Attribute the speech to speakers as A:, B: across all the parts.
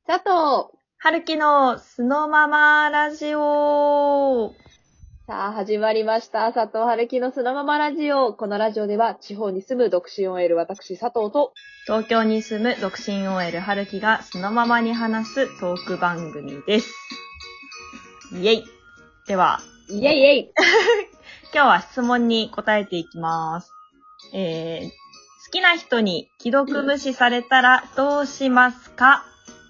A: 佐藤。
B: 春樹の素のままラジオ。
A: さあ、始まりました。佐藤春樹のそのままラジオ。このラジオでは、地方に住む独身 OL 私佐藤と、
B: 東京に住む独身 OL 春樹が素のままに話すトーク番組です。イェイ。では、
A: イェイイェイ。
B: 今日は質問に答えていきます。好きな人に既読無視されたらどうしますか？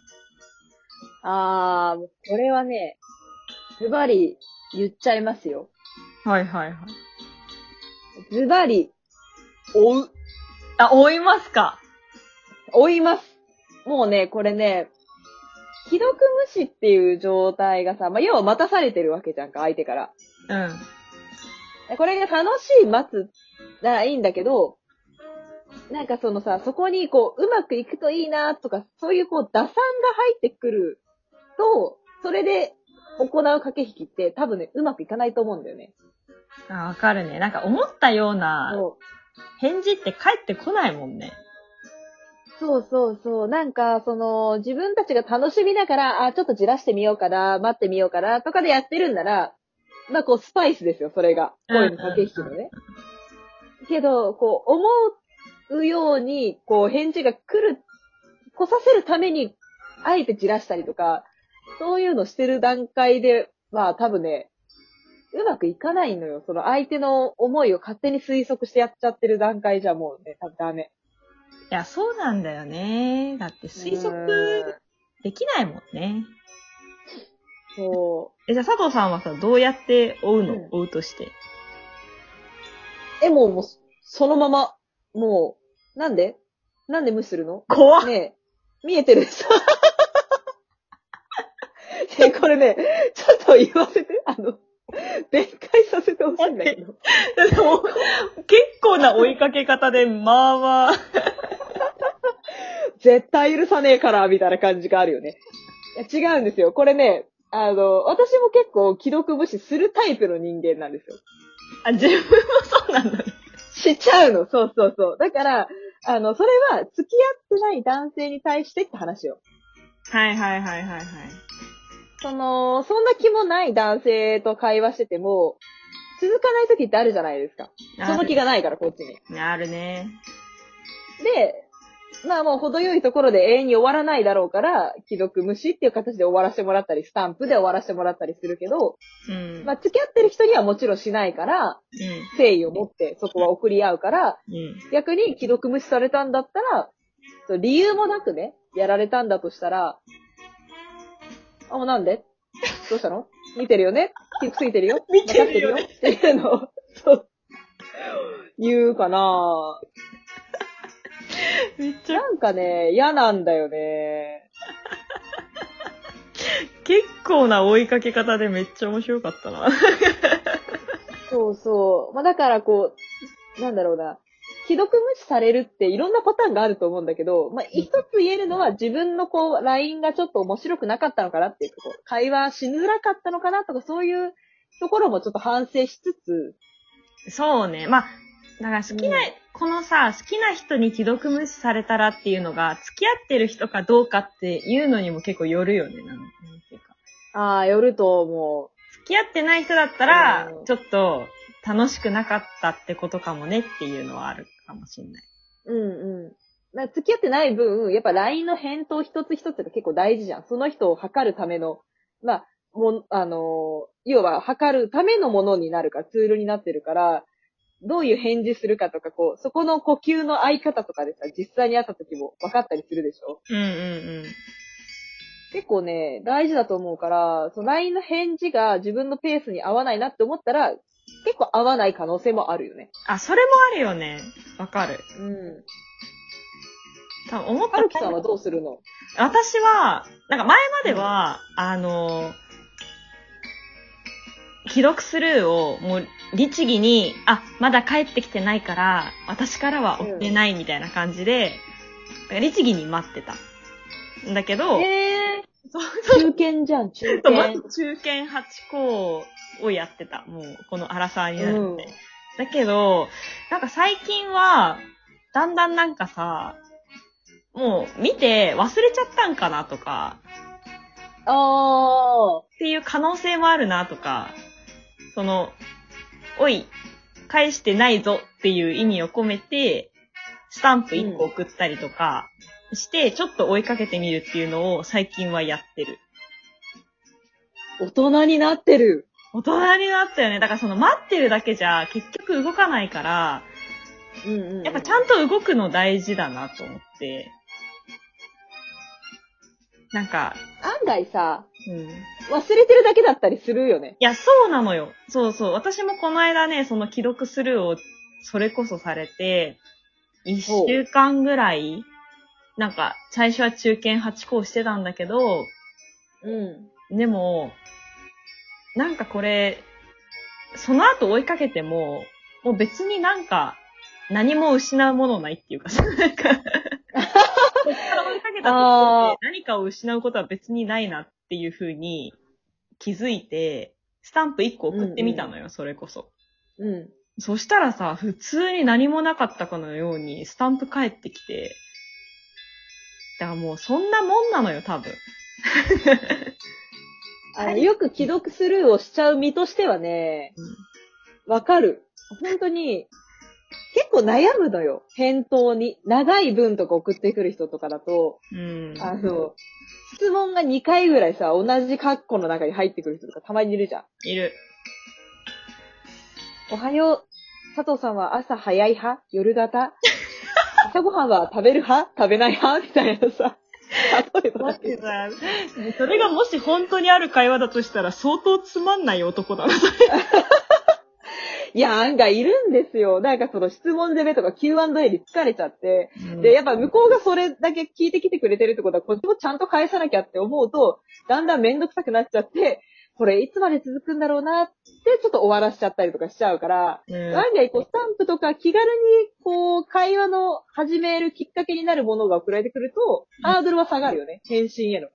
A: これはね、ズバリ言っちゃいますよ。
B: はいはいはい。
A: ズバリ、追う。
B: 追いますか？
A: 追います。もうね、これね、既読無視っていう状態がさ、要は待たされてるわけじゃんか、相手から。これが楽しい待つならいいんだけど、なんかそのさ、そこにうまくいくといいなとか、そういう打算が入ってくると、それで行う駆け引きって多分ね、うまくいかないと思うんだよね。
B: わかるね。なんか思ったような返事って返ってこないもんね。
A: そうそうそう。なんか、自分たちが楽しみながら、ちょっとじらしてみようかな、待ってみようかな、とかでやってるんなら、スパイスですよ、それが。恋の駆け引きのね。けど、思うように、返事が来させるために、あえてじらしたりとか、そういうのしてる段階で、多分ね、うまくいかないのよ。その相手の思いを勝手に推測してやっちゃってる段階じゃもうね、多分ダメ。
B: いや、そうなんだよね。だって推測できないもんね。
A: そう。
B: じゃあ佐藤さんはさ、どうやって追うの？追うとして。
A: もう、そのまま、もう、なんで無視するの？
B: 怖っ。
A: ねえ、見えてるさ。これね、ちょっと言わせて、弁解させてほしいんだけど。
B: でも、結構な追いかけ方で、まあまあ。
A: 絶対許さねえから、みたいな感じがあるよね。いや、違うんですよ。これね、私も結構既読無視するタイプの人間なんですよ。
B: 自分もそうなんだね。
A: しちゃうの。そうそうそう。だから、それは付き合ってない男性に対してって話を。
B: はいはいはいはいはい。
A: そんな気もない男性と会話してても、続かない時ってあるじゃないですか。その気がないから、こっちに。
B: あるね。
A: で、もう程よいところで永遠に終わらないだろうから、既読無視っていう形で終わらせてもらったり、スタンプで終わらせてもらったりするけど、付き合ってる人にはもちろんしないから、誠意を持ってそこは送り合うから、逆に既読無視されたんだったら、理由もなくね、やられたんだとしたら、もうなんで？どうしたの？見てるよね？既読ついてるよ？
B: 見てるよね？
A: っていうのを、言うかな。
B: めっちゃ
A: なんかね、嫌なんだよね。
B: 結構な追いかけ方でめっちゃ面白かったな。
A: そうそう。だからなんだろうな。既読無視されるっていろんなパターンがあると思うんだけど、一つ言えるのは自分のLINE がちょっと面白くなかったのかなっていう会話しづらかったのかなとかそういうところもちょっと反省しつつ。
B: そうね。だから好きな人に既読無視されたらっていうのが、付き合ってる人かどうかっていうのにも結構よるよね。なんていうか。
A: よると思う。
B: 付き合ってない人だったら、ちょっと楽しくなかったってことかもねっていうのはあるかもしれない。
A: 付き合ってない分、やっぱ LINE の返答一つ一つが結構大事じゃん。その人を測るための、要は測るためのものになるから、ツールになってるから、どういう返事するかとか、そこの呼吸の合い方とかでさ、実際に会った時も分かったりするでしょ？結構ね、大事だと思うから、LINE の返事が自分のペースに合わないなって思ったら、結構合わない可能性もあるよね。
B: それもあるよね。わかる。多分
A: はるきさんはどうするの？
B: 私は、なんか前までは、既読スルーをもう律儀に、まだ帰ってきてないから、私からは追ってないみたいな感じで、律儀に待ってた。だけど、
A: 中堅じゃん、中堅。
B: まず中堅8校をやってた。もう、このアラサーになるって。だけど、なんか最近は、だんだんなんかさ、 もう見て忘れちゃったんかなとか、っていう可能性もあるなとか、おい、返してないぞっていう意味を込めて、スタンプ1個送ったりとかして、ちょっと追いかけてみるっていうのを最近はやってる。
A: 大人になってる。
B: 大人になったよね。だから待ってるだけじゃ結局動かないから、やっぱちゃんと動くの大事だなと思って。なんか。
A: 案外さ、忘れてるだけだったりするよね。
B: いや、そうなのよ。そうそう。私もこの間ね、既読スルーをそれこそされて、1週間ぐらい、なんか、最初は中堅8校してたんだけど、でも、なんかこれ、その後追いかけても、もう別になんか、何も失うものないっていうかさ、なんか、こっから追いかけたところで何かを失うことは別にないなっていう風に気づいて、スタンプ1個送ってみたのよ、それこそ。そしたらさ、普通に何もなかったかのようにスタンプ返ってきて、だからもうそんなもんなのよ、多分。
A: よく既読スルーをしちゃう身としてはね、わかる。本当に、結構悩むのよ。返答に。長い文とか送ってくる人とかだと、質問が2回ぐらいさ、同じカッコの中に入ってくる人とかたまにいるじゃん。
B: いる。
A: おはよう。佐藤さんは朝早い派？夜型？朝ごはんは食べる派？食べない派？みたいなさ。例えばだけど。
B: それがもし本当にある会話だとしたら相当つまんない男だな、それ。
A: いや、案外いるんですよ。なんか質問攻めとか Q&A に疲れちゃって、で、やっぱ向こうがそれだけ聞いてきてくれてるってことは、こっちもちゃんと返さなきゃって思うと、だんだんめんどくさくなっちゃって、これいつまで続くんだろうなって、ちょっと終わらしちゃったりとかしちゃうから、案外スタンプとか気軽に会話の始めるきっかけになるものが送られてくると、ハードルは下がるよね。返信への。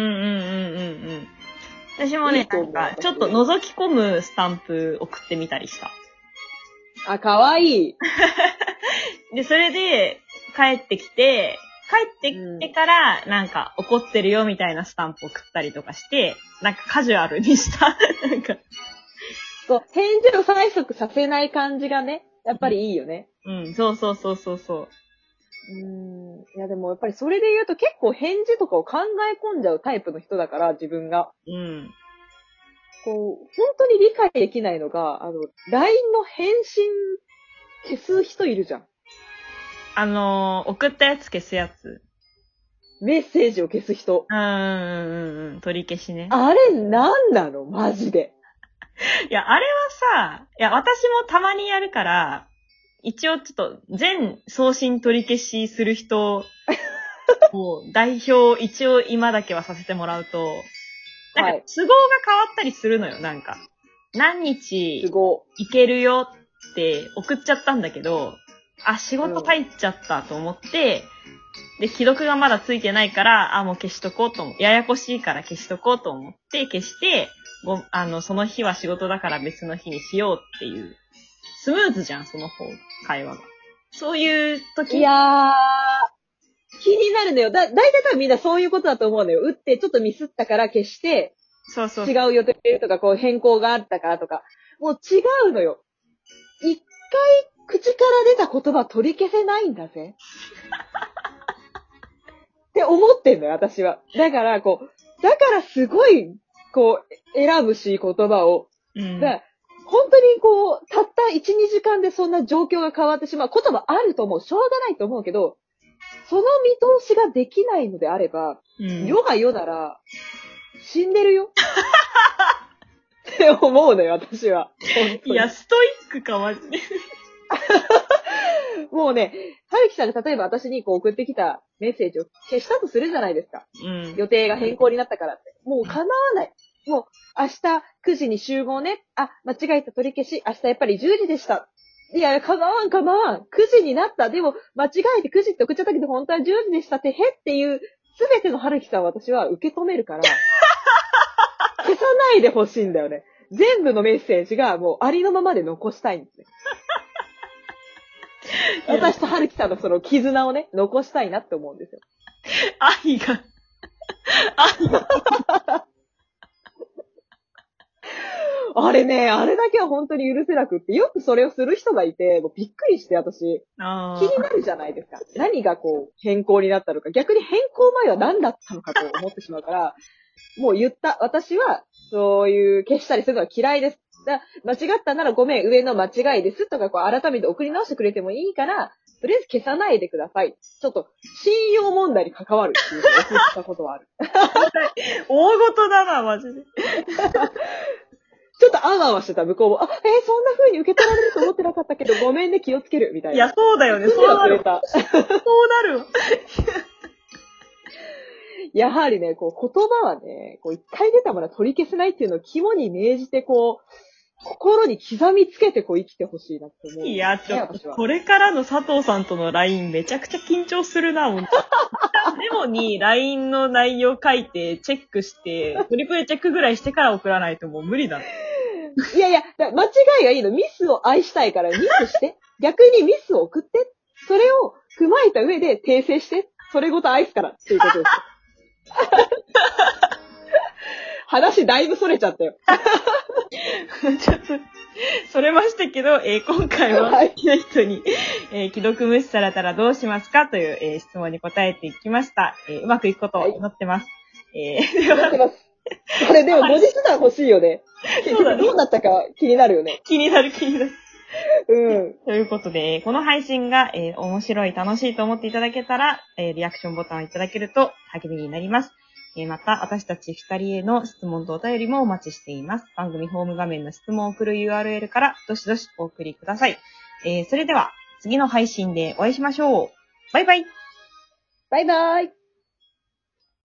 B: 私もね、なんか、ちょっと覗き込むスタンプ送ってみたりした。
A: あ、かわいい。
B: で、それで、帰ってきてから、なんか、怒ってるよみたいなスタンプ送ったりとかして、なんかカジュアルにした。なんか。
A: 返事を催促させない感じがね、やっぱりいいよね。
B: そう。
A: いやでもやっぱりそれで言うと結構返事とかを考え込んじゃうタイプの人だから、自分が。本当に理解できないのが、LINE の返信消す人いるじゃん。
B: 送ったやつ消すやつ。
A: メッセージを消す人。
B: 取り消しね。
A: あれなんなのマジで。
B: いや、あれはさ、私もたまにやるから、一応ちょっと全送信取り消しする人を代表一応今だけはさせてもらうと、なんか都合が変わったりするのよ、なんか。何日行けるよって送っちゃったんだけど、仕事入っちゃったと思って、で、既読がまだついてないから、もう消しとこうと思う。ややこしいから消しとこうと思って消して、その日は仕事だから別の日にしようっていう。スムーズじゃん、その方、会話が。そういう時。
A: いやー、気になるのよ。大体多分みんなそういうことだと思うのよ。打ってちょっとミスったから消して、違う予定とか変更があったからとか。もう違うのよ。一回口から出た言葉取り消せないんだぜ。って思ってんのよ、私は。だからすごい、選ぶし、言葉を。本当にたった1、2時間でそんな状況が変わってしまうこともあると思う。しょうがないと思うけど、その見通しができないのであれば、世が世なら、死んでるよ。って思うのよ、私は。
B: いや、ストイックか、マジで。
A: もうね、はるきさんが例えば私に送ってきたメッセージを消したとするじゃないですか。予定が変更になったからって。もう叶わない。もう、明日9時に集合ね。間違えた取り消し。明日やっぱり10時でした。いや、構わん。9時になった。でも、間違えて9時って送っちゃったけど、本当は10時でしたって、っていう、すべてのはるきさんを私は受け止めるから、消さないでほしいんだよね。全部のメッセージがもうありのままで残したいんですね。私とはるきさんのその絆をね、残したいなって思うんですよ。
B: 愛が。
A: あれね、あれだけは本当に許せなくって、よくそれをする人がいて、もうびっくりして私、
B: あ
A: 気になるじゃないですか。何がこう変更になったのか、逆に変更前は何だったのかと思ってしまうから、もう言った。私は、そういう消したりするのは嫌いです。間違ったならごめん、上の間違いですとか、こう改めて送り直してくれてもいいから、とりあえず消さないでください。ちょっと、信用問題に関わるっていうのを送ったことはある。
B: 大事だな、マジで。
A: ちょっとあわあわしてた向こうも、そんな風に受け取られると思ってなかったけど、ごめんね、気をつける、みたいな。
B: いや、そうだよね、
A: そうなる。
B: そうなるわ。
A: やはりね、こう言葉はね、こう一回出たものは取り消せないっていうのを肝に銘じて、こう、心に刻みつけてこう生きてほしいなって思う。
B: いや、ちょっと、これからの佐藤さんとの LINE めちゃくちゃ緊張するな、ほんと。メモに LINE の内容書いて、チェックして、トリプルチェックぐらいしてから送らないともう無理だ。
A: いやいや、間違いがいいの。ミスを愛したいからミスして。逆にミスを送って。それを踏まえた上で訂正して。それごと愛すからっていうことです。話だいぶそれちゃったよ。
B: ちょっと、それましたけど、今回は好きな人に、既読無視されたらどうしますかという、質問に答えていきました。うまくいくことを祈ってます。
A: では。祈ってます。これでも後日談欲しいよね。結局どうなったか気になるよね。
B: 気になる。
A: うん。
B: ということで、この配信が、面白い、楽しいと思っていただけたら、リアクションボタンをいただけると励みになります。また、私たち二人への質問とお便りもお待ちしています。番組ホーム画面の質問を送る URL から、どしどしお送りください。それでは、次の配信でお会いしましょう。バイバイ。
A: バイバイ。